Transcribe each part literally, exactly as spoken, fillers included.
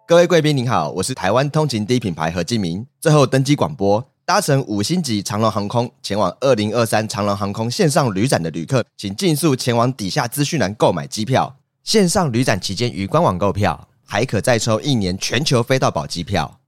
各位贵宾您好，我是台湾通勤第一品牌何敬明。最后登机广播，搭乘五星级长荣航空前往二零二三长荣航空线上旅展的旅客，请尽速前往底下资讯栏购买机票。线上旅展期间于官网购票，还可再抽一年全球飞到宝机票。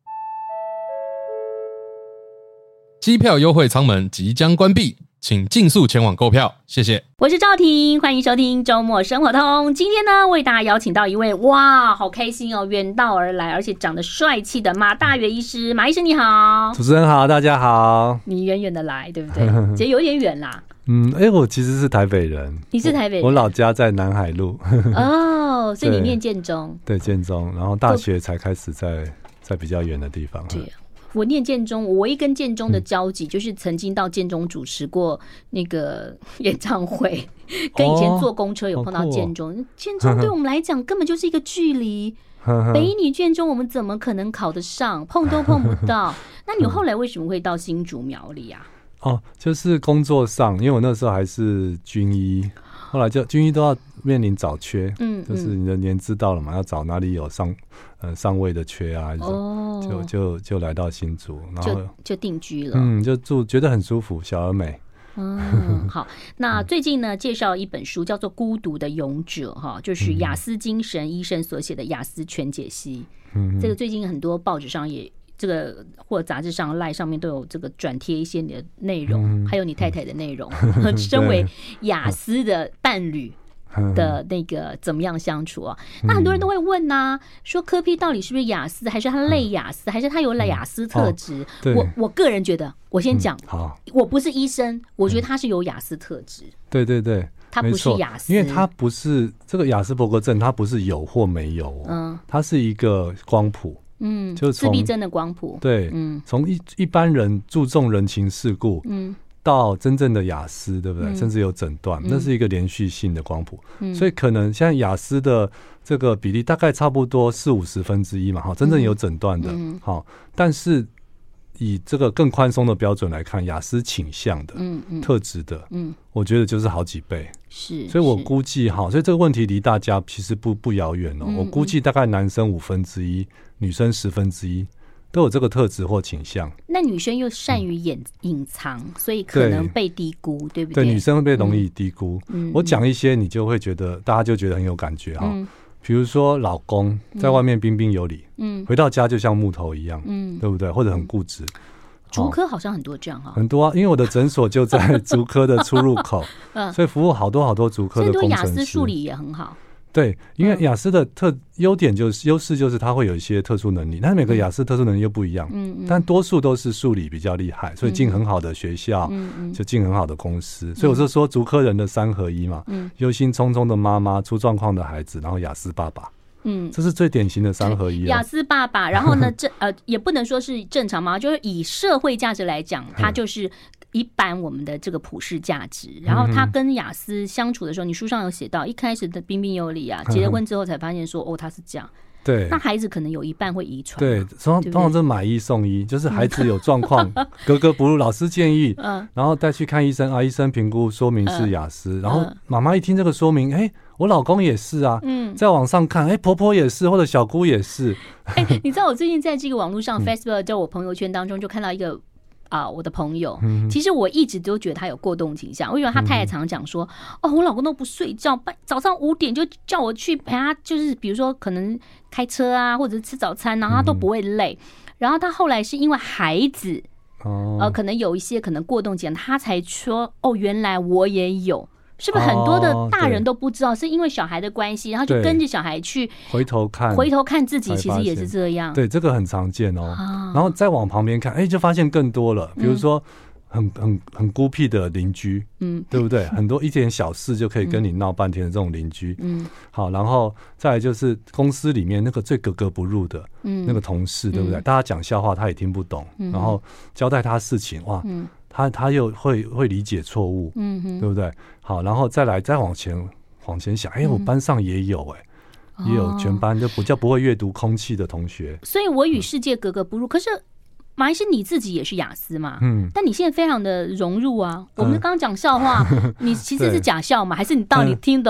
机票优惠舱门即将关闭，请尽速前往购票，谢谢。 我是赵婷，欢迎收听周末生活通。今天呢，为大家邀请到一位哇，好开心哦，远道而来，而且长得帅气的马大元医师。马医师你好。 主持人好，大家好。 你远远的来，对不对？其实有点远啦。 嗯，哎、欸，我其实是台北人。 你是台北人？ 我, 我老家在南海路。 哦，所以你念建中。 对，建中，然后大学才开始在在比较远的地方。 对。我念建中，我唯一跟建中的交集、嗯、就是曾经到建中主持过那个演唱会，跟以前坐公车有碰到建中。哦、建中对我们来讲根本就是一个距离，北女建中我们怎么可能考得上？碰都碰不到。那你后来为什么会到新竹苗栗啊？ 哦，就是工作上，因为我那时候还是军医，后来就军医都要面临找缺，嗯，就是你的年资到了嘛，要找哪里有上呃上位的缺啊，哦，就就就来到新竹，然后 就, 就定居了， 嗯，就住觉得很舒服，小而美。 嗯，好，那最近呢，介绍一本书叫做《孤独的勇者》哈，就是雅思精神医生所写的雅思全解析。嗯，这个最近很多报纸上也。这个或杂志上 LINE 上面都有这个转贴一些你的内容、嗯、还有你太太的内容、嗯、身为雅思的伴侣的那个怎么样相处啊、嗯、那很多人都会问啊，说柯 P 到底是不是雅思，还是他类雅思、嗯、还是他有雅思特质、嗯哦、我我个人觉得，我先讲、嗯、好，我不是医生，我觉得他是有雅思特质、嗯、 对对对， 他不是雅思， 因为他不是这个雅斯伯格症，他不是有或没有、哦、嗯，他是一个光谱，嗯，就自闭症的光谱，对， 嗯，从一一般人注重人情世故，嗯，到真正的雅思，对不对？嗯、甚至有诊断、嗯，那是一个连续性的光谱，嗯，所以可能现在雅思的这个比例大概差不多四五十分之一嘛，哈，真正有诊断的，嗯，好，但是以这个更宽松的标准来看，雅思倾向的、嗯嗯、特质的，嗯，我觉得就是好几倍， 是， 所以我估计哈，所以这个问题离大家其实不不遥远哦、嗯嗯。我估计大概男生五分之一，女生十分之一都有这个特质或倾向。 那女生又善于隐隐藏、嗯，所以可能被低估， 对, 对不对？ 对，女生会被容易低估。嗯，我讲一些你就会觉得，大家就觉得很有感觉哈。嗯，比如说老公在外面彬彬有礼，嗯，回到家就像木头一样，嗯，对不对？或者很固执。 竹科好像很多这样哈、哦， 很多啊，因为我的诊所就在竹科的出入口，嗯，所以服务好多好多竹科的工程师。 雅思数理也很好。 对，因为雅思的特优点就是优势就是它会有一些特殊能力，但是每个雅思特殊能力又不一样，嗯嗯，但多数都是数理比较厉害，所以进很好的学校，嗯嗯，就进很好的公司，嗯、所以我是说竹科人的三合一嘛，嗯，忧心忡忡的妈妈，出状况的孩子，然后雅思爸爸。嗯，这是最典型的三合一、啊。 雅思爸爸，然后呢，这呃也不能说是正常嘛，就是以社会价值来讲，它就是一般我们的这个普世价值。然后他跟雅思相处的时候，你书上有写到，一开始的彬彬有礼啊，结了婚之后才发现说，哦，他是这样。对，那孩子可能有一半会遗传。 对，通通常这买一送一，就是孩子有状况，格格不入，老师建议，嗯，然后带去看医生啊，医生评估说明是雅思，嗯、然后妈妈一听这个说明，哎、欸，我老公也是啊，嗯，在网上看，哎、欸，婆婆也是，或者小姑也是。 哎、欸，你知道我最近在这个网络上、嗯、，Facebook 在我朋友圈当中就看到一个。啊、呃，我的朋友、嗯，其实我一直都觉得他有过动倾向。为什么他太太常讲说、嗯，哦，我老公都不睡觉，早上五点就叫我去陪他，就是比如说可能开车啊，或者是吃早餐，然后他都不会累。嗯、然后他后来是因为孩子，哦、呃，可能有一些可能过动倾向，他才说，哦，原来我也有。是不是很多的大人都不知道、哦、是因为小孩的关系，然后就跟着小孩去回头看回头看自己，其实也是这样。 对，这个很常见哦。啊、然后再往旁边看，哎，就发现更多了。比如说很很很孤僻的邻居，嗯，对不对？很多一点小事就可以跟你闹半天的这种邻居，嗯，好，然后再来就是公司里面那个最格格不入的，嗯，那个同事，对不对？嗯、大家讲笑话他也听不懂，嗯、然后交代他事情，哇，嗯。他他又会会理解错误，嗯哼，对不对？好，然后再来再往前往前想，哎、欸，我班上也有、欸，哎、嗯，也有全班就比较不会阅读空气的同学， 所以我与世界格格不入。嗯、可是马医师你自己也是雅思嘛，嗯，但你现在非常的融入啊。我们刚刚讲笑话，嗯、你其实是假笑嘛，还是你到底听懂？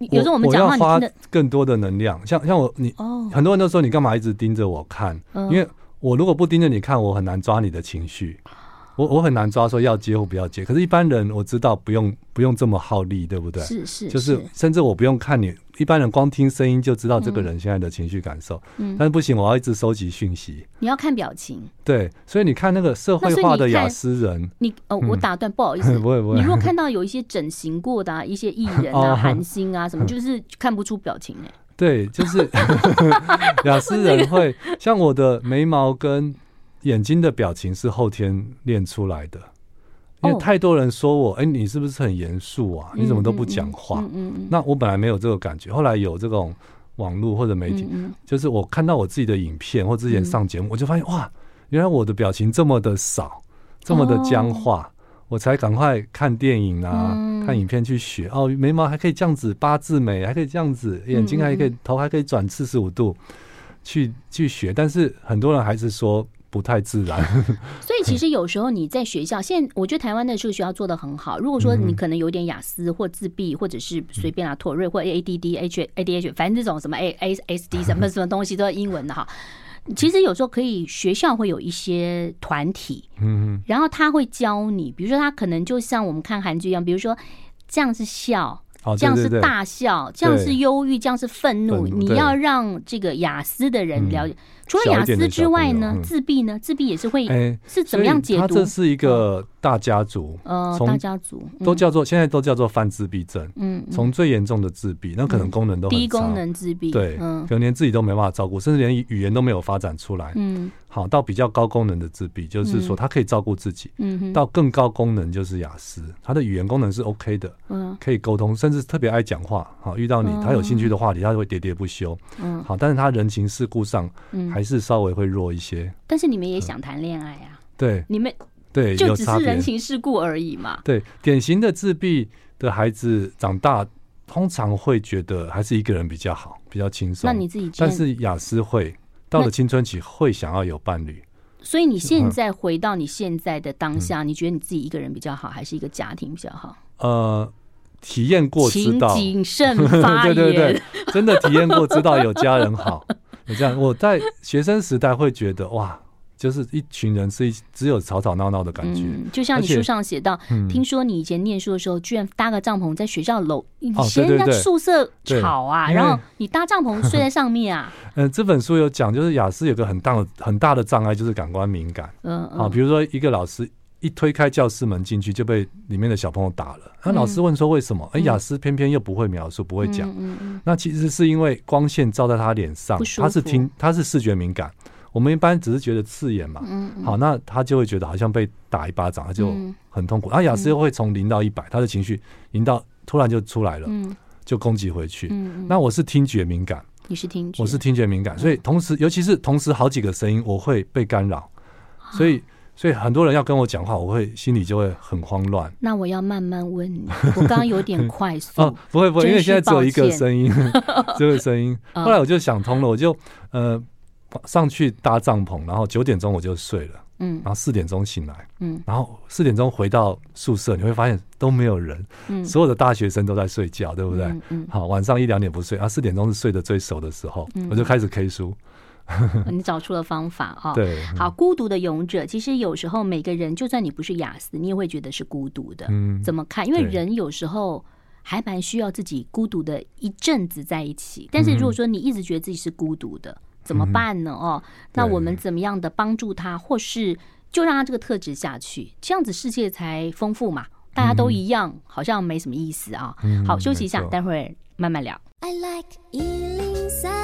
有时候我们讲话， 我要花更多的能量。像像我，你、哦、很多人都说你干嘛一直盯着我看？嗯、因为我如果不盯着你看，我很难抓你的情绪。我我很难抓说要接或不要接，可是一般人我知道不用不用这么耗力，对不对？ 是是， 就是甚至我不用看你，一般人光听声音就知道这个人现在的情绪感受。嗯，但是不行，我要一直收集讯息。 你要看表情。 对，所以你看那个社会化的亚斯人， 你哦，我打断，嗯、不好意思， 不会不会。 你如果看到有一些整形过的、啊、一些艺人啊、韩星啊什么，就是看不出表情哎、欸。 对，就是亚斯人会像我的眉毛跟眼睛的表情是后天练出来的。因为太多人说我，哎、欸，你是不是很严肃啊？你怎么都不讲话？嗯嗯嗯、那我本来没有这个感觉，后来有这种网络或者媒体，嗯嗯、就是我看到我自己的影片或之前上节目，嗯、我就发现哇，原来我的表情这么的少，这么的僵化，哦、我才赶快看电影啊，嗯、看影片去学。哦，眉毛还可以这样子，八字眉还可以这样子，眼睛还可以，嗯、头还可以转四十五度，去去学。但是很多人还是说不太自然。 所以其实有时候你在学校，现在我觉得台湾的这个学校做得很好。如果说你可能有点雅思或自闭，或者是随便啊妥瑞或 A D D H A D H， 反正这种什么 A S D 什么什么东西都是英文的哈。其实有时候可以，学校会有一些团体，嗯，然后他会教你，比如说他可能就像我们看韩剧一样，比如说这样是笑。 哦、 这样是大笑，这样是忧郁，这样是愤怒。你要让这个雅思的人了解。嗯、除了雅思之外呢，嗯、自闭呢，自闭也是会、欸、是怎么样解读？ 他这是一个大家族， 呃，大家族、 嗯、都叫做现在都叫做泛自闭症。嗯，从最严重的自闭，那可能功能都很差， 低功能自闭， 对，嗯，可能连自己都没办法照顾，甚至连语言都没有发展出来。嗯，好，到比较高功能的自闭，就是说他可以照顾自己。嗯，到更高功能就是雅思，他的语言功能是 OK 的，嗯，可以沟通，甚至特别爱讲话。好，遇到你，他有兴趣的话题，他会喋喋不休。嗯，好，但是他人情世故上，嗯，还是稍微会弱一些。 但是你们也想谈恋爱啊？ 对， 你们对， 就只是人情世故而已嘛。 对，典型的自闭的孩子长大，通常会觉得还是一个人比较好，比较轻松。 那你自己， 但是雅思会到了青春期会想要有伴侣。 所以你现在回到你现在的当下，嗯、你觉得你自己一个人比较好，还是一个家庭比较好？呃。 体验过知道， 请谨慎发言。 对对对，真的体验过知道有家人好。有这样，我在学生时代会觉得哇，就是一群人是一只有吵吵闹闹的感觉。嗯、 就像你书上写到，嗯、听说你以前念书的时候，居然搭个帐篷在学校楼，以前人家宿舍吵啊，哦、对对对，然后你搭帐篷睡在上面啊。 嗯，这本书有讲，就是雅思有个很大的很大的障碍，就是感官敏感。嗯嗯，好，比如说一个老师。一推开教室门进去就被里面的小朋友打了。那、嗯、老师问说为什么？哎、欸，雅思偏偏又不会描述，不会讲。嗯嗯、那其实是因为光线照在他脸上，他是听，他是视觉敏感。我们一般只是觉得刺眼嘛。嗯嗯、好，那他就会觉得好像被打一巴掌，他就很痛苦。然后雅思又会从零到一百，他的情绪零到突然就出来了，嗯、就攻击回去。嗯、那我是听觉敏感， 你是听觉， 我是听觉敏感，所以同时，尤其是同时好几个声音，我会被干扰，所以。所以很多人要跟我讲话，我会心里就会很慌乱。 那我要慢慢问你，我刚刚有点快速。 哦，不会不会，因为现在只有一个声音，这个声音。后来我就想通了，我就呃上去搭帐篷，然后九点钟我就睡了，嗯，然后四点钟醒来，嗯，然后四点钟回到宿舍，你会发现都没有人，嗯，所有的大学生都在睡觉，对不对？嗯嗯、好，晚上一两点不睡，啊，四点钟是睡得最熟的时候，嗯、我就开始 K 书。 你找出了方法哦。 对， 好，孤独的勇者，其实有时候每个人，就算你不是雅思，你也会觉得是孤独的。嗯，怎么看？因为人有时候还蛮需要自己孤独的一阵子在一起。但是如果说你一直觉得自己是孤独的，怎么办呢？哦，那我们怎么样的帮助他，或是就让他这个特质下去，这样子世界才丰富嘛？大家都一样，好像没什么意思啊。好，休息一下，待会儿慢慢聊。I like 一零三。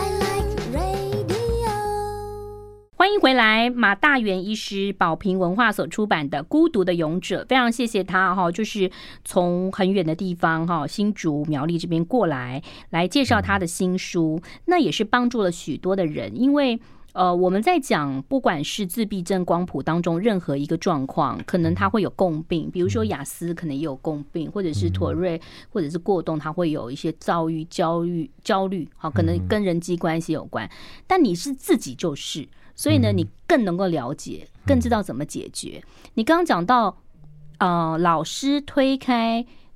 欢迎回来，马大元医师，宝瓶文化所出版的《孤独的勇者》，非常谢谢他哈，就是从很远的地方哈，新竹苗栗这边过来，来介绍他的新书，那也是帮助了许多的人，因为呃，我们在讲不管是自闭症光谱当中任何一个状况，可能他会有共病，比如说雅思可能也有共病，或者是妥瑞或者是过动，他会有一些躁郁、焦虑、焦虑，好，可能跟人际关系有关，但你是自己就是。所以呢，你更能够了解，更知道怎么解决。你刚刚讲到，呃，老师推开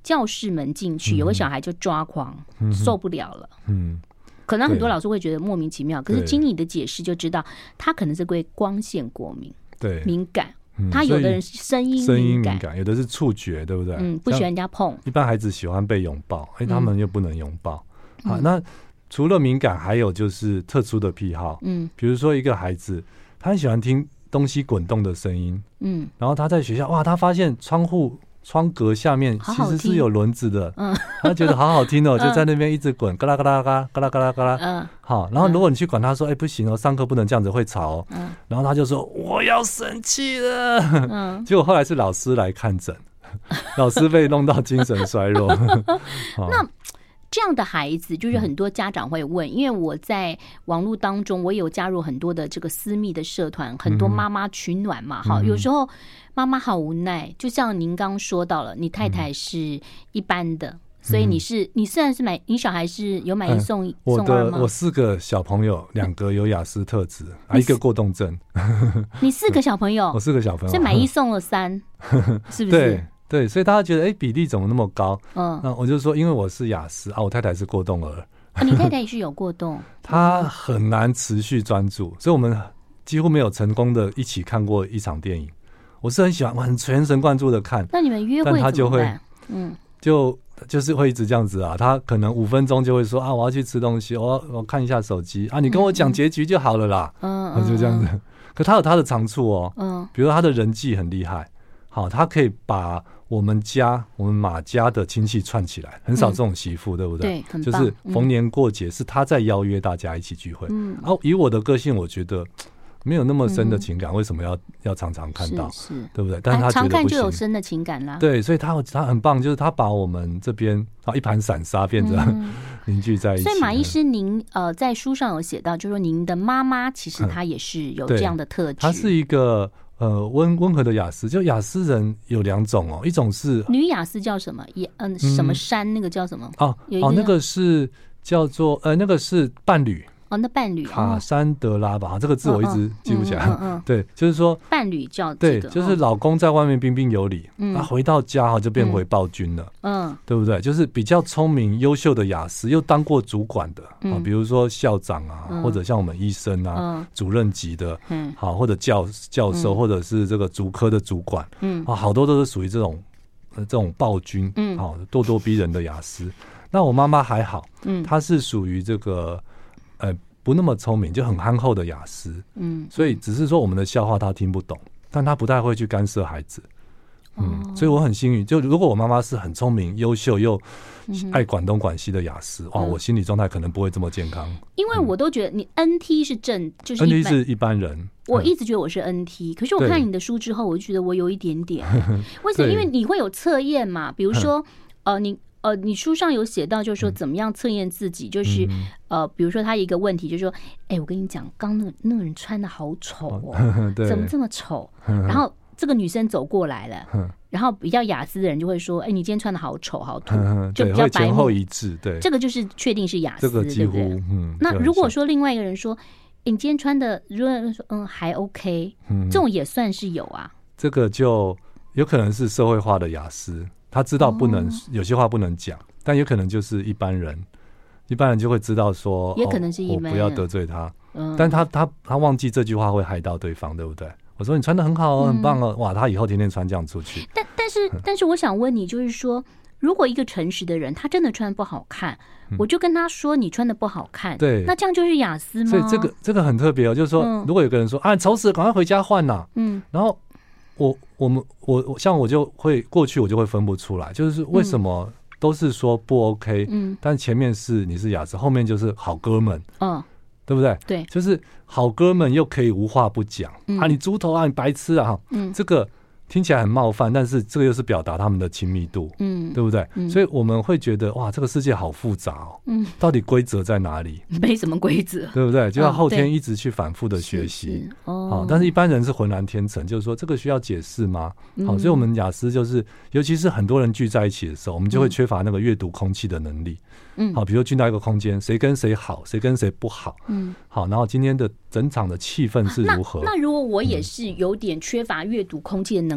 教室门进去，有个小孩就抓狂，嗯、受不了了。嗯，可能很多老师会觉得莫名其妙，可是经你的解释就知道，他可能是对光线过敏， 对敏感。嗯、他有的人声音声音敏感，有的是触觉，对不对？ 嗯，不喜欢人家碰。 一般孩子喜欢被拥抱，哎，他们又不能拥抱。嗯、好，那除了敏感，还有就是特殊的癖好。嗯，比如说一个孩子，他很喜欢听东西滚动的声音。嗯，然后他在学校，哇，他发现窗户。窗格下面其实是有轮子的，好好他觉得好好听哦，嗯、就在那边一直滚，嘎啦嘎啦嘎啦嘎啦嘎啦嘎啦。嗯，好，然后如果你去管他说，哎、欸，不行哦，上课不能这样子，会吵哦。嗯，然后他就说我要生气了。嗯，结果后来是老师来看诊，老师被弄到精神衰弱。 那这样的孩子，就是很多家长会问，因为我在网络当中，我也有加入很多的这个私密的社团，很多妈妈取暖嘛，哈、嗯，有时候妈妈好无奈，就像您刚刚说到了，你太太是一般的，嗯、所以你是你虽然是买，你小孩是有买一送一、嗯、 我送二吗？ 我四个小朋友，两个有雅思特质，啊，一个过动症。 你四个小朋友， 我四个小朋友， 所以买一送了三，是不是？ 对。对，所以大家觉得，哎，比例怎么那么高？嗯，那我就说，因为我是雅思啊，我太太是过动儿。 啊，你太太也是有过动？ 她很难持续专注，所以我们几乎没有成功的一起看过一场电影。我是很喜欢，我很全神贯注的看。 那你们约会但她就会， 嗯， 就就是会一直这样子啊。她可能五分钟就会说啊，我要去吃东西，我要我看一下手机啊，你跟我讲结局就好了啦。嗯，我就这样子。嗯、可她有她的长处哦，嗯，比如她的人际很厉害，好，她可以把我们家我们马家的亲戚串起来，很少这种媳妇、嗯、对不对？ 对，很棒。 就是逢年过节是他在邀约大家一起聚会。嗯，然后以我的个性，我觉得没有那么深的情感，嗯、为什么要要常常看到？是，是对不对？但是他觉得不行， 常看就有深的情感啦。 对，所以他他很棒，就是他把我们这边啊一盘散沙变成、嗯、凝聚在一起。 所以马医师您呃在书上有写到，就是说您的妈妈其实她也是有这样的特质， 她是一个。呃，温温和的雅思，就雅思人有两种哦，一种是女雅思叫什么？也嗯，什么山、嗯、那个叫什么？ 哦哦，那个是叫做呃，那个是伴侣。 哦，那伴侣卡珊德拉吧，这个字我一直记不起来。嗯嗯，对，就是说伴侣叫、这个、对，就是老公在外面彬彬有礼，嗯，他回到家哈就变回暴君了，嗯，对不对？就是比较聪明、优秀的雅思，又当过主管的啊、嗯，比如说校长啊，嗯、或者像我们医生啊，嗯、主任级的，嗯，好，或者教教授、嗯，或者是这个主科的主管，嗯，啊，好多都是属于这种呃这种暴君，嗯，好，咄咄逼人的雅思。那我妈妈还好，嗯，她是属于这个。呃，不那么聪明，就很憨厚的雅思，嗯，所以只是说我们的笑话他听不懂，但他不太会去干涉孩子，嗯，哦、所以我很幸运，就如果我妈妈是很聪明、优秀又爱管东管西的雅思，哇、嗯，我心理状态可能不会这么健康。 因为我都觉得你 N T 是正，就是 N T 是一般人， 我一直觉得我是 N T，、嗯、可是我看你的书之后，我就觉得我有一点点，为什么？因为你会有测验嘛，比如说，呃，你。呃，你书上有写到，就是说怎么样测验自己，嗯、就是、嗯、呃，比如说他一个问题，就是说，哎，我跟你讲，刚那个那个人穿的好丑哦，怎么这么丑？然后这个女生走过来了，然后比较雅思的人就会说，哎，你今天穿的好丑，好土，就比较白目， 前后一致，对， 这个就是确定是雅思， 这个几乎， 对不对？ 嗯。 那如果说另外一个人说，你今天穿的，如果说嗯还 OK，、嗯、这种也算是有啊。 这个就有可能是社会化的雅思。他知道不能、哦、有些话不能讲，但有可能就是一般人，一般人就会知道说， 也可能是一般人、哦、 我不要得罪他，嗯、但他他他忘记这句话会害到对方，对不对？我说你穿得很好哦，嗯、很棒哦，哇，他以后天天穿这样出去。 但但是但是我想问你，就是说，如果一个诚实的人，他真的穿不好看，嗯、我就跟他说你穿得不好看，对，那这样就是雅思吗？ 所以这个这个很特别哦，就是说，嗯、如果有个人说啊，丑死了，赶快回家换呐，嗯，然后。我我们我我像我就会过去我就会分不出来，就是为什么都是说不 OK，嗯，但前面是你是雅思，后面就是好哥们，嗯，对不对？ 对， 就是好哥们又可以无话不讲、嗯、啊，你猪头啊，你白痴啊，嗯，这个听起来很冒犯，但是这个又是表达他们的亲密度，嗯，对不对？嗯、所以我们会觉得哇，这个世界好复杂哦，嗯，到底规则在哪里？ 没什么规则， 对不对？就要后天一直去反复的学习，哦，好，但是一般人是浑然天成，就是说这个需要解释吗？嗯、好，所以我们雅思就是，尤其是很多人聚在一起的时候，我们就会缺乏那个阅读空气的能力。嗯，好，比如进到一个空间，谁跟谁好，谁跟谁不好，嗯，好，然后今天的整场的气氛是如何？ 那, 那如果我也是有点缺乏阅读空气的能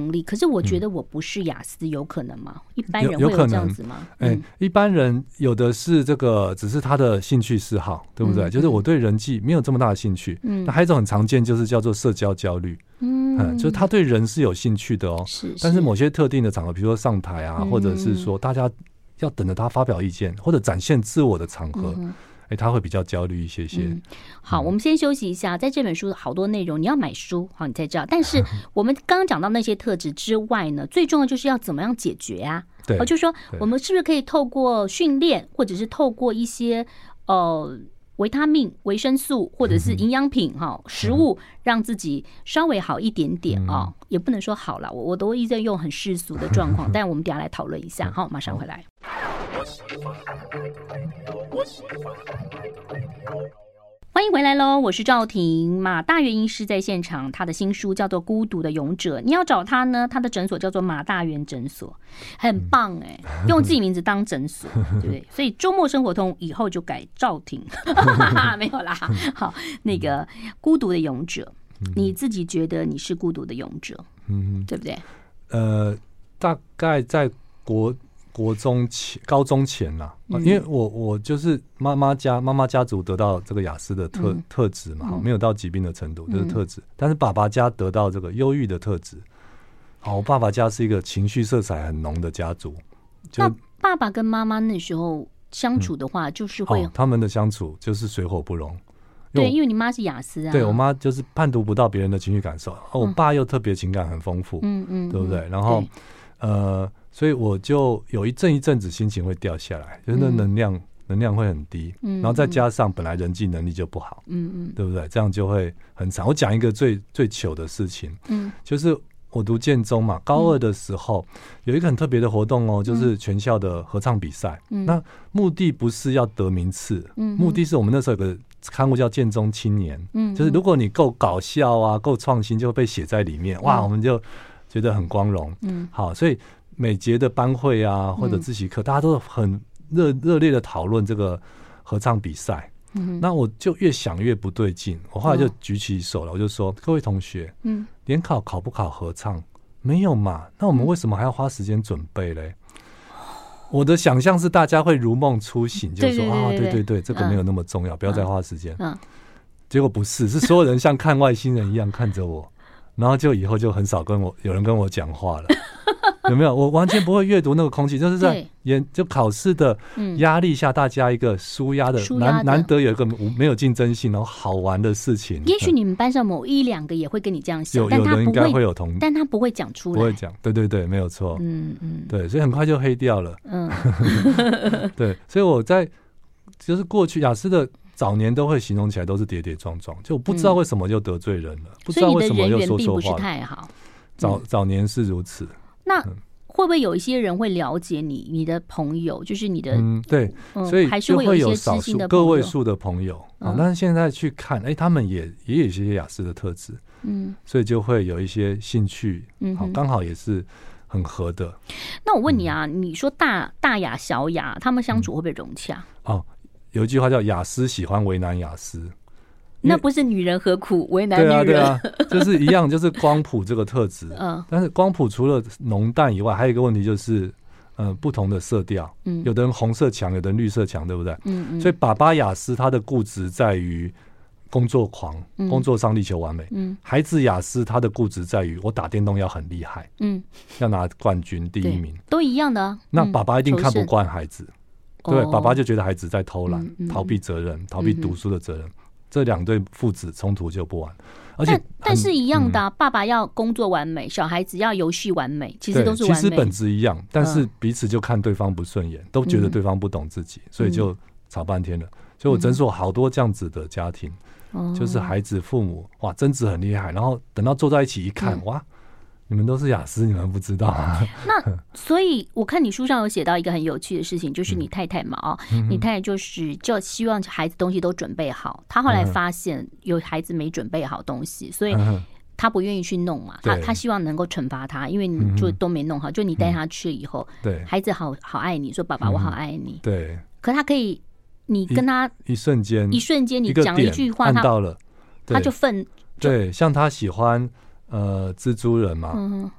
能力，可是我觉得我不是雅思，有可能吗？一般人会有这样子吗？ 哎、欸，一般人有的是这个，只是他的兴趣嗜好，对不对？嗯、就是我对人际没有这么大的兴趣。嗯，那还有一种很常见，就是叫做社交焦虑。嗯, 嗯，就是他对人是有兴趣的哦，是，但是某些特定的场合，比如说上台啊，嗯、或者是说大家要等着他发表意见或者展现自我的场合。嗯哎，他会比较焦虑一些些。嗯、 好、嗯，我们先休息一下。在这本书好多内容，你要买书，好，你才知道。但是我们刚刚讲到那些特质之外呢，最重要就是要怎么样解决啊？对，哦，就是说我们是不是可以透过训练，或者是透过一些呃维他命、维生素或者是营养品哈、嗯、食物，让自己稍微好一点点啊、哦嗯？也不能说好了，我我都一直在用很世俗的状况，但我们等一下来讨论一下。好，马上回来。欢迎回来喽，我是赵婷。马大元医师在现场，他的新书叫做《孤独的勇者》，你要找他呢，他的诊所叫做马大元诊所，很棒哎、欸，用自己名字当诊所，对不对？所以周末生活通以后就改赵婷，没有啦。好，那个孤独的勇者，你自己觉得你是孤独的勇者，嗯，对不对？呃， 大概在国。国中前、高中前啦、啊，因为我我就是妈妈家妈妈家族得到这个雅思的特、嗯、特质嘛、嗯，没有到疾病的程度，就是特质、嗯。但是爸爸家得到这个忧郁的特质。好，我爸爸家是一个情绪色彩很浓的家族。 那爸爸跟妈妈那时候相处的话，就是会、嗯哦、他们的相处就是水火不容。 对，因为你妈是雅思啊。 对，我妈就是判读不到别人的情绪感受，哦、我爸又特别情感很丰富，嗯嗯，对不对？然后呃。所以我就有一阵一阵子心情会掉下来，就是那能量、嗯、能量会很低、嗯，然后再加上本来人际能力就不好，嗯嗯，对不对？这样就会很惨。我讲一个最最糗的事情，嗯，就是我读建中嘛，高二的时候、嗯、有一个很特别的活动哦，就是全校的合唱比赛、嗯。那目的不是要得名次，嗯，目的是我们那时候有个刊物叫《建中青年》，嗯，就是如果你够搞笑啊，够创新，就会被写在里面，哇，我们就觉得很光荣，嗯，好，所以。每节的班会啊，或者自习课、嗯，大家都很热热烈的讨论这个合唱比赛、嗯。那我就越想越不对劲，我后来就举起手了，我就说：“各位同学，嗯，联考考不考合唱？没有嘛？那我们为什么还要花时间准备嘞？”我的想象是大家会如梦初醒，就说：“对对对對啊，对对对，这个没有那么重要，嗯、不要再花时间。嗯”結果不是，是所有人像看外星人一样看着我，然后就以後就很少跟我有人跟我講話了。有沒有？我完全不會閱讀那個空氣，就是在研就考試的壓力下，大家一個紓壓的，嗯、難難得有一個沒有競爭性然後好玩的事情。 也許你們班上某一兩個也會跟你這樣想， 有有人應該會有同， 但他不會講出來， 不會講。對對對，沒有錯。嗯嗯，對，所以很快就黑掉了。嗯，對，所以我在就是過去雅思的早年都會形容起來都是跌跌撞撞，就我不知道為什麼就得罪人了，嗯、不知道為什麼又說錯話了。所以你的人緣並不是太好。早早年是如此。 那會不會有一些人會了解你？你的朋友就是你的， 嗯，對，嗯、所以還是會有一些少數個位數的朋友。嗯、但是現在去看，哎，他們也也有一些雅思的特質，嗯，所以就會有一些興趣，嗯，好，剛好也是很合的。 那我問你啊，嗯、你說大大雅小雅，他們相處會不會融洽？ 嗯、哦，有一句話叫雅思喜歡為難雅思。 那不是女人何苦為難女人？ 對啊，對啊，就是一樣，就是光譜這個特質。嗯，但是光譜除了濃淡以外，還有一個問題就是，呃，不同的色調。嗯，有的人紅色強，有的人綠色強，對不對？嗯嗯。所以爸爸雅思他的固執在於工作狂，嗯、工作上力求完美。嗯。孩子雅思他的固執在於我打電動要很厲害。嗯。要拿冠軍第一名。 都一樣的、啊。 那爸爸一定看不慣孩子，嗯、對，爸爸就覺得孩子在偷懶、嗯，逃避責任，逃避讀書的責任。嗯，這兩對父子衝突就不完，而且 但, 但是一樣的、啊嗯，爸爸要工作完美，小孩子要遊戲完美，其實都是完美。其實本質一樣，但是彼此就看對方不順眼、嗯，都覺得對方不懂自己，嗯、所以就吵半天了。所以我診所好多這樣子的家庭，嗯、就是孩子父母哇爭執很厲害，然後等到坐在一起一看，嗯、哇！你們都是雅思，你們不知道啊？ 那所以我看你書上有寫到一個很有趣的事情，就是你太太嘛，哦、嗯，你太太就是就希望孩子東西都準備好。她後來發現有孩子沒準備好東西，所以她不願意去弄嘛。她她希望能夠懲罰他，因為你就都沒弄好，就你帶他去了以後，對，孩子好好愛你，說爸爸我好愛你。對，可他可以，你跟他一瞬間， 一瞬間你講了一句話，他到了， 他就憤。 對，像他喜歡。呃，蜘蛛人嘛、嗯，好，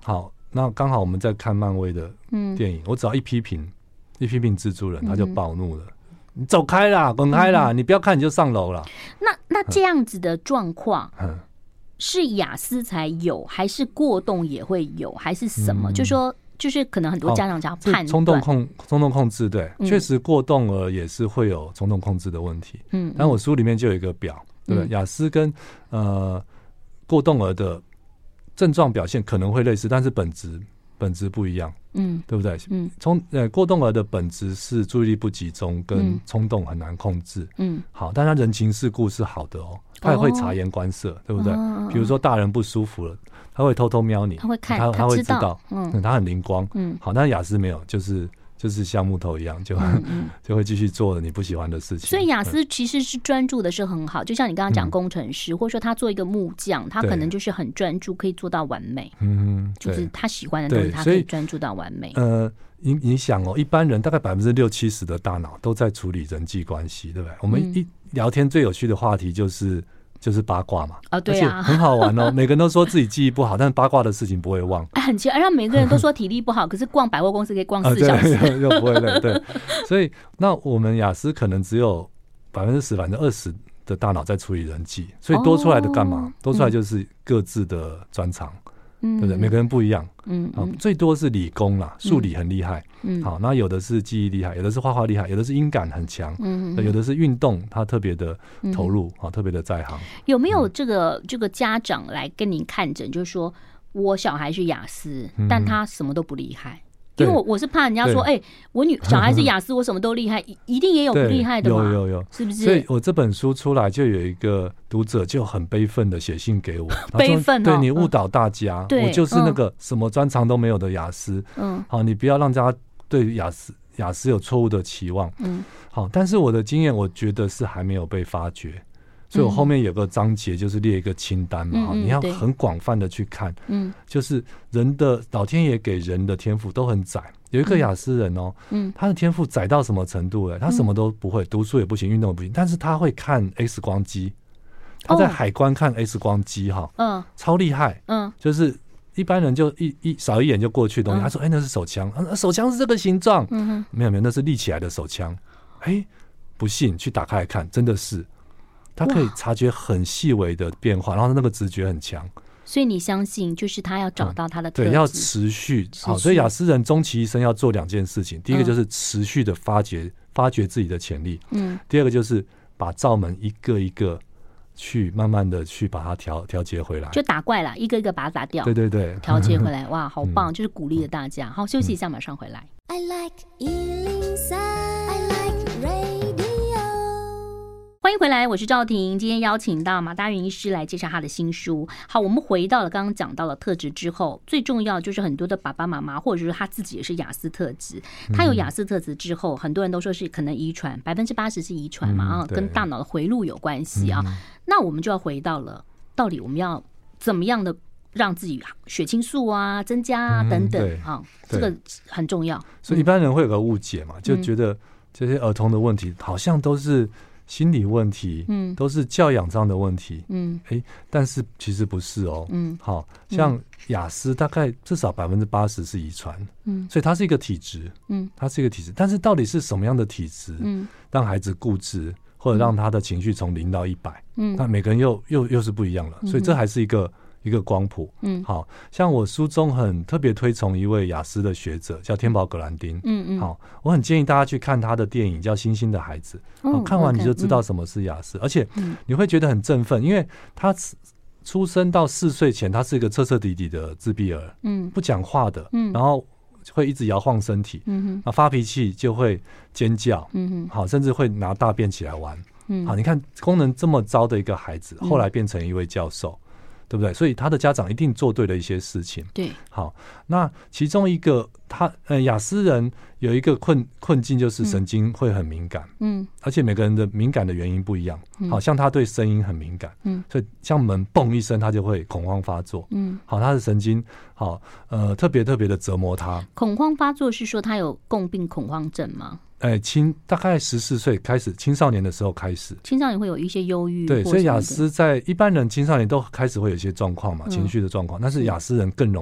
那刚好我们在看漫威的电影，嗯、我只要一批评一批评蜘蛛人，他就暴怒了。嗯你走开啦，滚开啦！嗯、你不要看，你就上楼了。 那那这样子的状况，嗯、是亚斯才有，还是过动也会有，还是什么？嗯、就说就是可能很多家长讲判断冲动控冲动控制，对，确、嗯、实过动儿也是会有冲动控制的问题。嗯，但我书里面就有一个表，对不对？亚斯跟呃过动儿的症状表现可能会类似，但是本质本质不一样。嗯，对不对？嗯，冲呃过动儿的本质是注意力不集中，跟冲动很难控制。嗯，好，但他人情世故是好的哦，他也会察言观色，哦、对不对？哦、比如说大人不舒服了，他会偷偷瞄你， 他会看， 他他会知道， 道嗯，嗯，他很灵光。嗯，好，但是亚斯没有，就是就是像木头一样，就、嗯嗯、就会继续做你不喜欢的事情。 所以亚斯其实是专注的是很好，就像你刚刚讲工程师，嗯、或者说他做一个木匠，他可能就是很专注，可以做到完美。嗯，就是他喜欢的东西，他可以专注到完美。 呃，你你想哦，一般人大概百分之六七十的大脑都在处理人际关系，对不对？我们一聊天最有趣的话题就是就是八卦嘛， 哦对啊， 而且很好玩哦。每个人都说自己记忆不好，但是八卦的事情不会忘。 哎，很奇怪，让每个人都说体力不好，可是逛百货公司可以逛四小时， 啊、又不会累。对，所以那我们亚斯可能只有百分之十、百分之二十的大脑在处理人际，所以多出来的干嘛？哦、多出来就是各自的专长。嗯，对不对？每个人不一样，嗯，嗯最多是理工啦，数理很厉害，嗯，好，那有的是记忆厉害，有的是画画厉害，有的是音感很强，嗯，有的是运动，他特别的投入，好、嗯，特别的在行。 有没有这个、嗯、这个家长来跟您看诊，就是说我小孩是亚斯，嗯、但他什么都不厉害？因为我我是怕人家说，哎、欸，我女小孩是亚斯，我什么都厉害，一定也有不厉害的嘛， 有有有， 是不是？ 所以我这本书出来，就有一个读者就很悲愤的写信给我， 悲愤、哦， 对你误导大家，嗯、我就是那个什么专长都没有的亚斯，嗯，好，你不要让大家对亚斯亚斯有错误的期望，嗯，好，但是我的经验，我觉得是还没有被发掘。所以我后面有个章节就是列一个清单嘛，嗯、你要很广泛的去看，嗯，就是人的老天爷给人的天赋都很窄。有一个亚斯人哦，嗯，他的天赋窄到什么程度？哎，他什么都不会，读书也不行，运动也不行，但是他会看 X 光机，他在海关看 X 光机哈，嗯，超厉害，嗯，就是一般人就一一扫一眼就过去的东西，嗯、他说，哎、欸，那是手枪，啊，手枪是这个形状，嗯哼，没有没有，那是立起来的手枪，哎、欸，不信去打开来看，真的是。他可以察觉很细微的变化，然后那个直觉很强， 所以你相信就是他要找到他的特质、 嗯、对，要持续。好，所以亚斯人终其一生要做两件事情，第一个就是持续的发掘、嗯、发掘自己的潜力，嗯，第二个就是把罩门一个一个去慢慢的去把它调调节回来， 就打怪啦，一个一个把它打掉， 对对对， 调节回来，哇，好棒，嗯、就是鼓励了大家。好，休息一下，马上回来。I like 一零三 I like radio。欢迎回来，我是赵婷。今天邀请到马大元医师来介绍他的新书。好，我们回到了刚刚讲到了特质之后，最重要就是很多的爸爸妈妈或者是他自己也是亚斯特质。他有亚斯特质之后，很多人都说是可能遗传，百分之八十是遗传嘛，啊、嗯，跟大脑的回路有关系啊。嗯、那我们就要回到了，到底我们要怎么样的让自己血清素啊增加啊等等、嗯、啊，这个很重要。 所以一般人会有个误解嘛，就觉得这些儿童的问题好像都是心理问题，嗯，都是教养上的问题，嗯，哎，但是其实不是哦，嗯，好像亚斯大概至少百分之八十是遗传，嗯，所以它是一个体质，嗯，它是一个体质，但是到底是什么样的体质，嗯，让孩子固执，或者让他的情绪从零到一百，嗯，那每个人又又又是不一样了，所以这还是一个。一个光谱，嗯，好像我书中很特别推崇一位亚斯的学者，叫天宝格兰丁，嗯嗯，好，我很建议大家去看他的电影叫《星星的孩子》，哦，看完你就知道什么是亚斯，嗯，而且你会觉得很振奋，因为他出生到四岁前，他是一个彻彻底底的自闭儿，嗯，不讲话的，嗯，然后会一直摇晃身体，嗯哼，发脾气就会尖叫，嗯哼，好，甚至会拿大便起来玩，嗯，好，你看功能这么糟的一个孩子，后来变成一位教授。对不对？所以他的家长一定做对了一些事情。对，好，那其中一个他呃亚斯人有一个困困境，就是神经会很敏感，嗯，而且每个人的敏感的原因不一样。嗯，好像他对声音很敏感，嗯，所以像门嘣一声，他就会恐慌发作。嗯，好，他的神经好呃特别特别的折磨他。 恐慌发作是说他有共病恐慌症吗？ 哎，青大概十四岁开始，青少年的时候开始， 青少年会有一些忧郁， 对，所以亚斯在一般人青少年都开始会有一些状况嘛，嗯，情绪的状况，但是亚斯人更容易，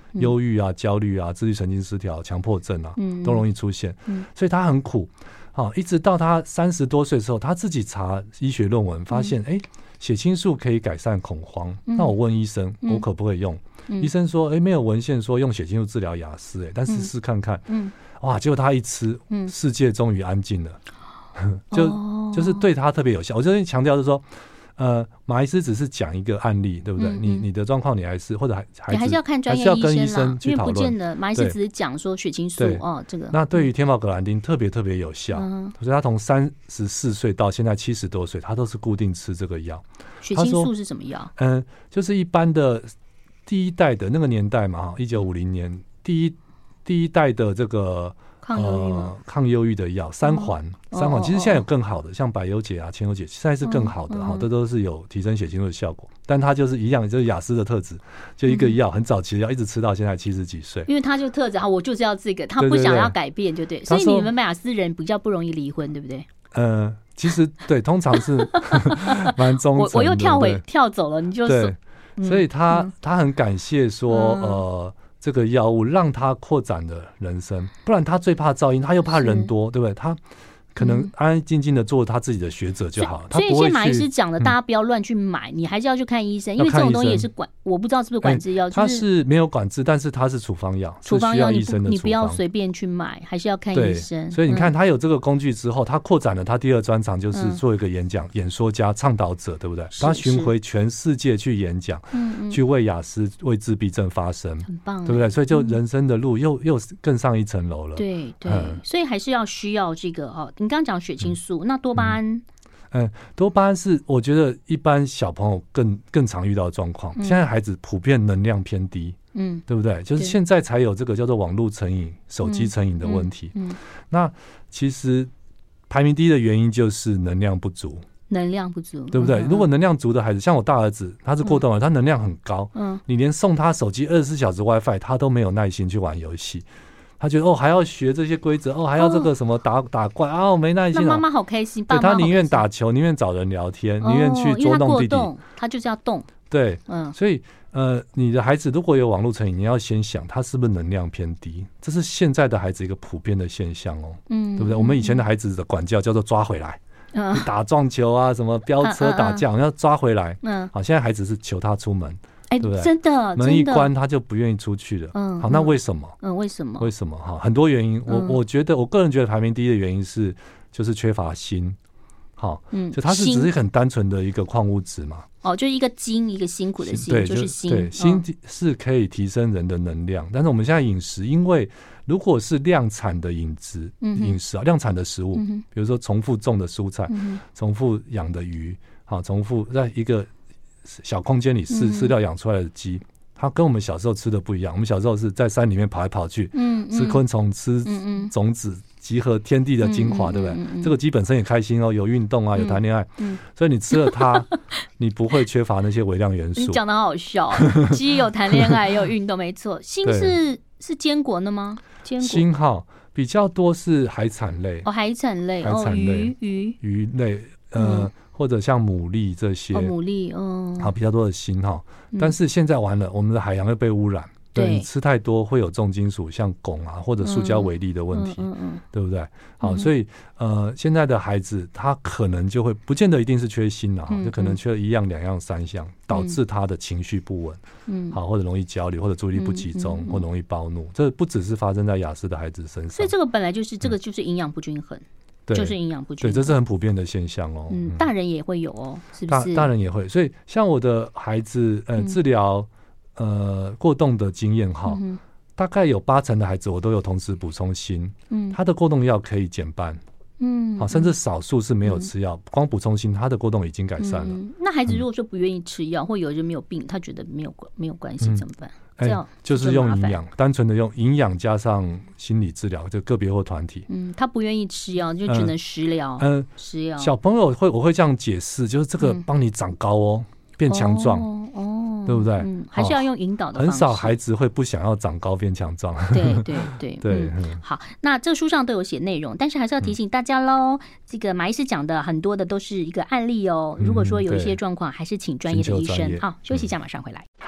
忧郁啊、焦虑啊、自律神经失调、强迫症啊，嗯、都容易出现，嗯、所以他很苦。好，一直到他三十多岁的时候，他自己查医学论文，发现哎、嗯，血清素可以改善恐慌。嗯、那我问医生，嗯、我可不可以用？嗯、医生说，哎，没有文献说用血清素治疗雅思，哎，但试试看看。嗯，哇，结果他一吃，嗯、世界终于安静了，就、哦、就是对他特别有效。我这边强调就是说。呃，马医师只是讲一个案例，对不对？嗯嗯你你的状况，你还是或者还还是还是要看专业医生啦，因为不见得马医师只是讲说血清素哦，这个。 那对于天宝格兰丁特别特别有效，嗯、所以他从三十四岁到现在七十多岁，他都是固定吃这个药。 血清素是什么药？ 嗯、呃，就是一般的第一代的那个年代嘛，一九五零年第一第一代的这个。 抗忧郁、呃、 抗忧郁的药三环，哦、三环其实现在有更好的，哦、像百忧解啊、千忧解，现在是更好的哈，这、嗯、都是有提升血清素的效果。但它就是一样，就是雅思的特质，就一个药，嗯、很早期的药，一直吃到现在七十几岁。 因为他就特质，我就是要这个，他不想要改变，就 对, 对, 对。所以你们雅思人比较不容易离婚，对不对？ 呃，其实对，通常是蛮忠诚的。 我我又跳回跳走了，你就对，嗯、所以他、嗯、他很感谢说，嗯、呃。这个药物让他扩展了人生，不然他最怕噪音，他又怕人多，对不对？他可能安安静静的做他自己的学者就好了。 所以现在马医师讲的，大家不要乱去买，嗯、你还是要去看医生，因为这种东西也是管，我不知道是不是管制药。 它是没有管制，但是它是处方药， 处方药医生的处方， 你不要随便去买，还是要看医生。 所以你看，他有这个工具之后，他扩展了他第二专长，就是做一个演讲、演说家、倡导者，对不对？他巡回全世界去演讲，去为雅思、为自闭症发声， 很棒， 对不对？所以就人生的路又又更上一层楼了。 对对，所以还是要需要这个哦。你刚刚讲血清素。那多巴胺，嗯， 嗯，多巴胺是我觉得一般小朋友更更常遇到的状况。嗯、现在孩子普遍能量偏低，嗯，对不对？就是现在才有这个叫做网络成瘾、手机成瘾的问题。嗯嗯嗯、那其实排名第一的原因就是能量不足。 能量不足， 对不对？嗯、如果能量足的孩子，像我大儿子，他是过动儿，嗯、他能量很高，嗯，你连送他手机二十四小时 WiFi， 他都没有耐心去玩游戏。他觉得哦，还要学这些规则，哦，还要这个什么打、哦、打怪啊，我没耐心。 那妈妈好开心，爸妈好开心。对，他宁愿打球，宁愿找人聊天，宁愿、哦、去捉弄弟弟。 他, 他就是要动。 对，嗯，所以呃，你的孩子如果有网络成瘾，你要先想他是不是能量偏低，这是现在的孩子一个普遍的现象哦，嗯，对不对？我们以前的孩子的管教叫做抓回来，嗯，打撞球啊，什么飙车打架，嗯嗯嗯、要抓回来，嗯，好，现在孩子是求他出门。 哎、欸，真的， 门一关他就不愿意出去了。嗯，好，那为什么？ 嗯，为什么？ 为什么？哈，很多原因。我、嗯、我觉得，我个人觉得排名第一的原因是，就是缺乏锌。好，嗯，就它是只是很单纯的一个矿物质嘛。 哦，就是一个金，一个辛苦的辛， 对， 就是锌。 对，锌是可以提升人的能量，嗯、但是我们现在饮食，因为如果是量产的饮食，饮食啊，量产的食物，嗯、比如说重复种的蔬菜，嗯、重复养的鱼，好，重复在一个小空间里饲饲料养出来的鸡，它跟我们小时候吃的不一样。我们小时候是在山里面跑来跑去，嗯嗯、吃昆虫、吃种子，集合天地的精华，嗯、对不对？嗯嗯、这个鸡本身也开心哦，有运动啊，有谈恋爱，嗯嗯、所以你吃了它，你不会缺乏那些微量元素。 你讲得好笑，鸡有谈恋爱，也有运动，没错。锌是是坚果的吗？坚果锌哈比较多是海产类哦，海产类， 海产类， 哦、鱼鱼鱼类，呃。嗯或者像牡蛎这些， 哦，牡蛎，嗯， 好，比较多的锌哈。但是现在完了，我们的海洋会被污染，对，你吃太多会有重金属，像汞啊或者塑胶微粒的问题，嗯嗯，对不对？好，所以呃，现在的孩子他可能就会不见得一定是缺锌啊，就可能缺一样、两样、三项，导致他的情绪不稳，嗯，好，或者容易焦虑，或者注意力不集中，或容易暴怒。这不只是发生在亚斯的孩子身上， 所以这个本来就是这个就是营养不均衡。就是营养不均衡， 对，这是很普遍的现象哦。 嗯，大人也会有哦，是不是？ 大, 大人也会，所以像我的孩子，呃，治疗、嗯、呃过动的经验哈，嗯、大概有八成的孩子我都有同时补充锌，嗯，他的过动药可以减半，嗯，好，甚至少数是没有吃药，嗯、光补充锌，他的过动已经改善了。 嗯、那孩子如果说不愿意吃药，嗯、或有人没有病，他觉得没有没有关系，怎么办？ 哎、欸，就是用营养，单纯的用营养加上心理治疗，就个别或团体。 嗯，他不愿意吃药，就只能食疗。嗯，食药。 小朋友会，我会这样解释，就是这个帮你长高哦，嗯、变强壮，哦，哦对不对？嗯， 还是要用引导的方式。 很少孩子会不想要长高变强壮。 对对对对、 嗯。好，那这书上都有写内容，但是还是要提醒大家喽。嗯、这个马医师讲的很多的都是一个案例哦。如果说有一些状况，还是请专业的医生。好，休息一下，马上回来。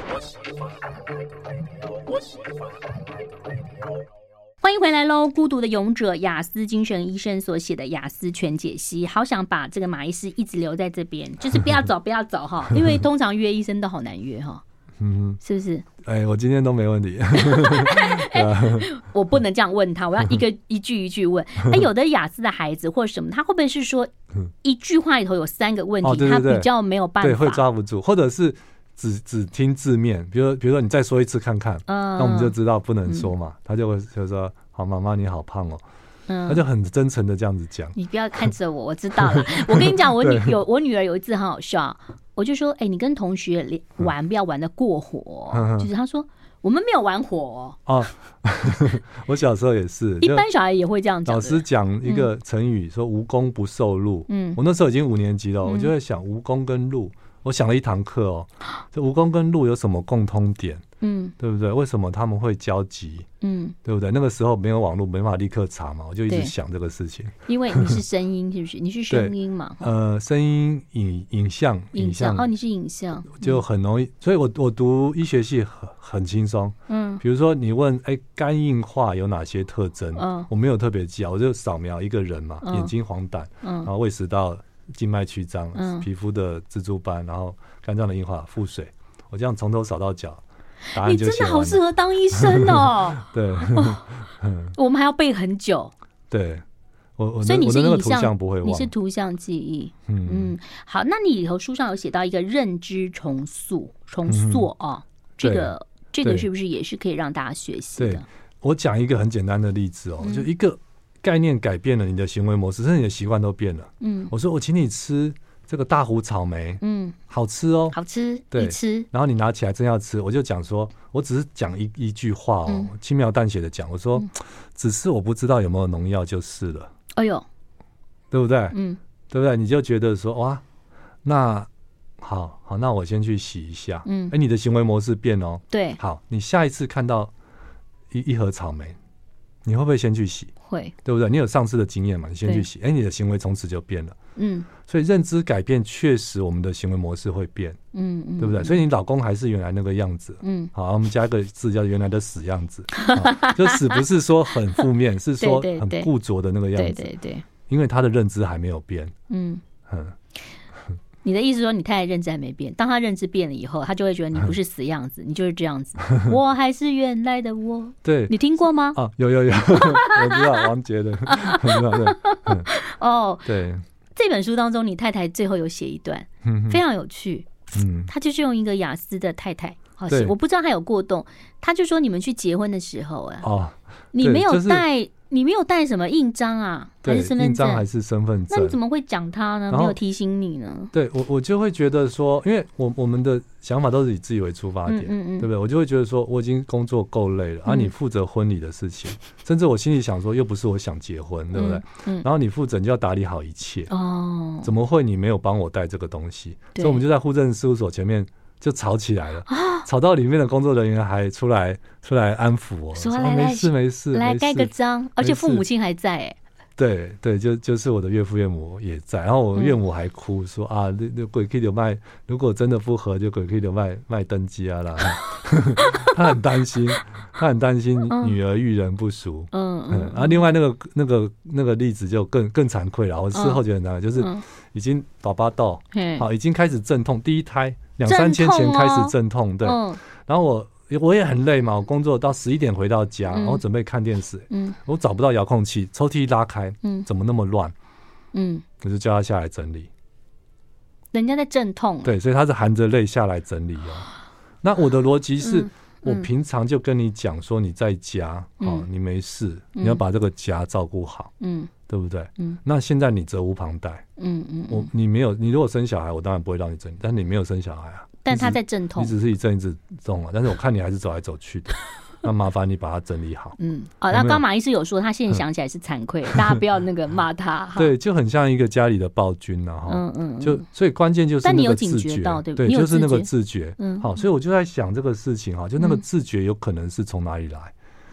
欢迎回来喽！孤独的勇者，雅思精神医生所写的雅思全解析。好想把这个马医师一直留在这边，就是不要走，不要走哈，因为通常约医生都好难约哈。嗯，是不是？ 哎，我今天都没问题。 我不能这样问他，我要一个一句一句问。哎，有的雅思的孩子或者什么，他会不会是说一句话里头有三个问题， 哦、对对对， 他比较没有办法， 对，会抓不住，或者是只只听字面，比如比如说你再说一次看看，嗯，那我们就知道不能说嘛，嗯、他就会就说好，妈妈你好胖哦。嗯，他就很真诚的这样子讲。 你不要看着我，我知道了。我跟你讲，我女有我女儿有一次很好笑，我就说，哎、欸，你跟同学玩不要玩得过火，嗯、就是她说我们没有玩火哦。 我小时候也是， 一般小孩也会这样讲。 老师讲一个成语，说无功不受禄。嗯，我那时候已经五年级了，我就在想无功跟禄，我想了一堂课哦，这无功跟禄有什么共通点？嗯，对不对？为什么他们会交集？嗯，对不对？那个时候没有网络，没办法立刻查嘛，我就一直想这个事情。 因为你是声音，是不是？你是声音嘛？ 呃，声音、影、影像、 影像。哦，你是影像， 就很容易。所以我我读医学系很很轻松。嗯，比如说你问，哎，肝硬化有哪些特征？嗯，我没有特别记啊，我就扫描一个人嘛，眼睛黄疸，嗯，然后胃食道静脉曲张，嗯，皮肤的蜘蛛斑，然后肝脏的硬化、腹水，我这样从头扫到脚。 你真的好适合当医生哦！ 对、 哦，我们还要背很久。 对，我我所以你是影像不会忘， 你是图像记忆。嗯嗯，好，那你里头书上有写到一个认知重塑重塑哦，嗯、这个这个是不是也是可以让大家学习的？ 对，我讲一个很简单的例子哦，嗯、就一个概念改变了你的行为模式，甚至你的习惯都变了。嗯，我说我请你吃这个大湖草莓，嗯，好吃哦， 好吃， 对， 你吃， 然后你拿起来真要吃，我就讲说，我只是讲一一句话哦，嗯、轻描淡写的讲，我说，嗯、只是我不知道有没有农药就是了， 哎呦， 对不对？嗯，对不对？你就觉得说，哇，那好好，那我先去洗一下，嗯，哎，你的行为模式变哦， 对， 好，你下一次看到一一盒草莓，你会不会先去洗？ 会， 对不对？你有上次的经验嘛？你先去洗，哎，你的行为从此就变了。嗯，所以认知改变，确实我们的行为模式会变。嗯嗯，对不对？所以你老公还是原来那个样子。嗯，好，我们加一个字叫原来的死样子。就死不是说很负面，是说很固着的那个样子。 对对对， 因为他的认知还没有变。嗯嗯。 你的意思说你太太认知还没变，当他认知变了以后，他就会觉得你不是死样子，你就是这样子，我还是原来的我。 对， 你听过吗？ 啊，有有有，我知道王杰的。 嗯、哦， 对， 这本书当中，你太太最后有写一段，非常有趣。嗯，他就是用一个雅思的太太，好写，我不知道他有过动，他就说你们去结婚的时候啊，哦，你没有带。就是你没有带什么印章啊？还是身份证？ 印章还是身份证？ 那你怎么会讲他呢？没有提醒你呢？ 对我，我就会觉得说，因为我我们的想法都是以自己为出发点，嗯嗯嗯对不对？我就会觉得说，我已经工作够累了，嗯、啊，你负责婚礼的事情，甚至我心里想说，又不是我想结婚，对不对？嗯嗯、然后你负责，你就要打理好一切。哦，怎么会你没有帮我带这个东西？所以我们就在户政事务所前面就吵起来了，啊、吵到里面的工作人员还出来出来安抚我， 说来没事没事， 来盖个章，而且父母亲还在、欸， 对对，就就是我的岳父岳母也在，然后我岳母还哭说、嗯、啊，那那鬼可以留卖，如果真的不合，就鬼可以留卖卖登记啊啦，他很担心，他很担心女儿遇人不淑，嗯嗯，然后另外那个那个那个例子就更更惭愧了，我事后觉得很难，就是已经宝宝到，好已经开始阵痛，第一胎。两三天前开始阵痛，对，嗯、然后我我也很累嘛，我工作到十一点回到家，嗯、然后准备看电视，嗯、我找不到遥控器，抽屉一拉开，嗯、怎么那么乱？嗯，我就叫他下来整理。 人家在阵痛， 对，所以他是含着泪下来整理哦。那我的逻辑是、嗯、我平常就跟你讲说你在家，嗯哦、你没事，嗯、你要把这个家照顾好，嗯。对不对？嗯，那现在你责无旁贷。嗯嗯，我你没有，你如果生小孩，我当然不会让你整理，但是你没有生小孩啊。 但他在阵痛， 你只是一阵一直痛啊。但是我看你还是走来走去的，那麻烦你把它整理好。 嗯，哦，那刚马医师有说，他现在想起来是惭愧，大家不要那个骂他。 对，就很像一个家里的暴君啊，哈。嗯嗯，就所以关键就是那个自觉，但你有警觉到，对不对？对，就是那个自觉。嗯，好，所以我就在想这个事情哈，就那个自觉有可能是从哪里来？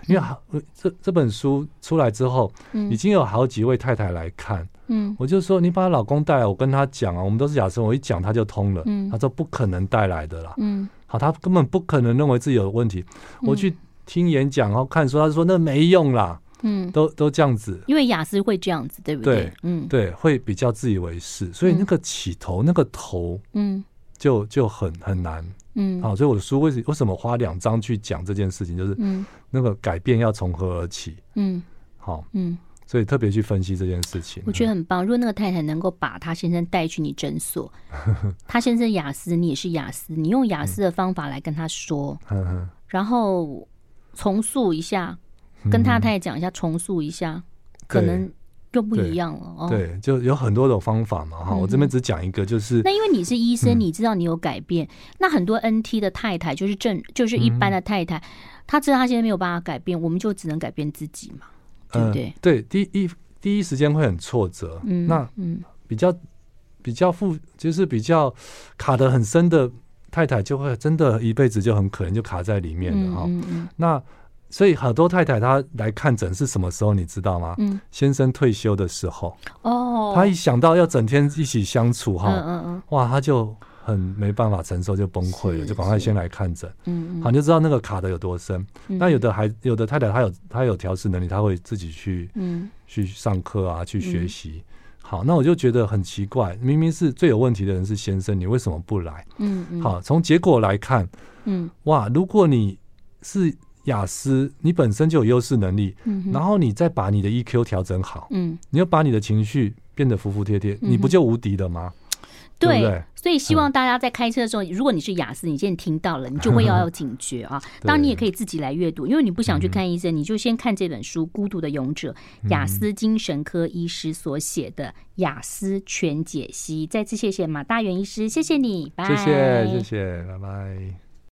因为这这本书出来之后，嗯、已经有好几位太太来看，嗯，我就说你把她老公带来，我跟她讲啊，我们都是亚斯，我一讲她就通了，嗯，她说不可能带来的啦，嗯，好，她根本不可能认为自己有问题，嗯、我去听演讲然后看书，她说那没用啦。嗯，都都这样子， 因为雅思会这样子，对不对？ 对，嗯，对，会比较自以为是，所以那个起头、嗯、那个头，嗯，就就很很难，嗯，好，所以我的书为为什么花两章去讲这件事情，就是嗯，那个改变要从何而起，嗯，好，嗯，所以特别去分析这件事情， 我觉得很棒。如果那个太太能够把她先生带去你诊所，她先生雅思，你也是雅思，你用雅思的方法来跟他说，嗯、然后重塑一下。跟太太讲一下，重塑一下，可能就不一样了。哦、 对，就有很多种方法嘛。哈、嗯，我这边只讲一个，就是那因为你是医生，嗯、你知道你有改变。那很多 N T 的太太，就是正就是一般的太太，她、嗯、知道她现在没有办法改变，我们就只能改变自己嘛，对不对？呃、 对，第一第一时间会很挫折。嗯，那嗯，比较比较负，就是比较卡得很深的太太，就会真的一辈子就很可能就卡在里面了哈、嗯嗯嗯。那所以很多太太她来看诊是什么时候你知道吗？嗯，先生退休的时候哦，她一想到要整天一起相处哈，嗯嗯嗯，哇，她就很没办法承受，就崩溃了，就赶快先来看诊。嗯嗯，好，你就知道那个卡的有多深。嗯、那有的还有的太太她有她有调试能力，她会自己去嗯去上课啊，去学习。嗯、好，那我就觉得很奇怪，明明是最有问题的人是先生，你为什么不来？嗯嗯，好，从结果来看，嗯，哇，如果你是雅思，你本身就有优势能力、嗯，然后你再把你的 E Q 调整好，嗯，你要把你的情绪变得服服帖帖、嗯，你不就无敌了吗？对, 对不对？所以希望大家在开车的时候，嗯、如果你是雅思，你现在听到了，你就会要有警觉啊。当然，你也可以自己来阅读，因为你不想去看医生，嗯、你就先看这本书《孤独的勇者》，雅思精神科医师所写的雅思全解析。再次谢谢马大元医师，谢谢你，拜， 谢谢谢谢，拜拜。